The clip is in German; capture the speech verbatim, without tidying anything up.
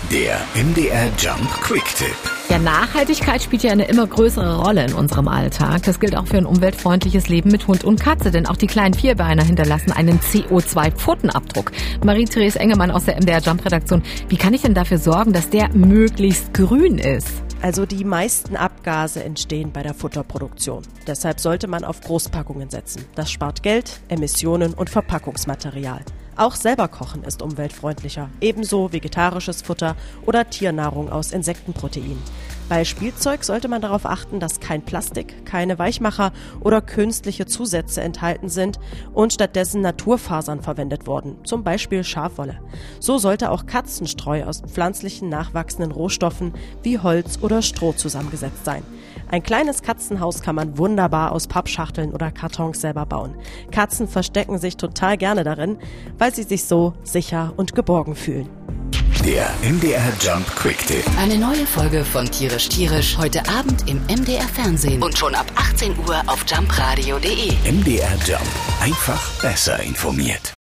Der M D R Jump Quick Tip. Ja, Nachhaltigkeit spielt ja eine immer größere Rolle in unserem Alltag. Das gilt auch für ein umweltfreundliches Leben mit Hund und Katze, denn auch die kleinen Vierbeiner hinterlassen einen C O zwei Pfotenabdruck. Marie-Therese Engemann aus der M D R Jump Redaktion. Wie kann ich denn dafür sorgen, dass der möglichst grün ist? Also die meisten Abgase entstehen bei der Futterproduktion. Deshalb sollte man auf Großpackungen setzen. Das spart Geld, Emissionen und Verpackungsmaterial. Auch selber kochen ist umweltfreundlicher, ebenso vegetarisches Futter oder Tiernahrung aus Insektenprotein. Bei Spielzeug sollte man darauf achten, dass kein Plastik, keine Weichmacher oder künstliche Zusätze enthalten sind und stattdessen Naturfasern verwendet wurden, zum Beispiel Schafwolle. So sollte auch Katzenstreu aus pflanzlichen nachwachsenden Rohstoffen wie Holz oder Stroh zusammengesetzt sein. Ein kleines Katzenhaus kann man wunderbar aus Pappschachteln oder Kartons selber bauen. Katzen verstecken sich total gerne darin, weil sie sich so sicher und geborgen fühlen. Der M D R Jump Quick Tip. Eine neue Folge von Tierisch Tierisch heute Abend im M D R Fernsehen und schon ab achtzehn Uhr auf jumpradio punkt de. M D R Jump. Einfach besser informiert.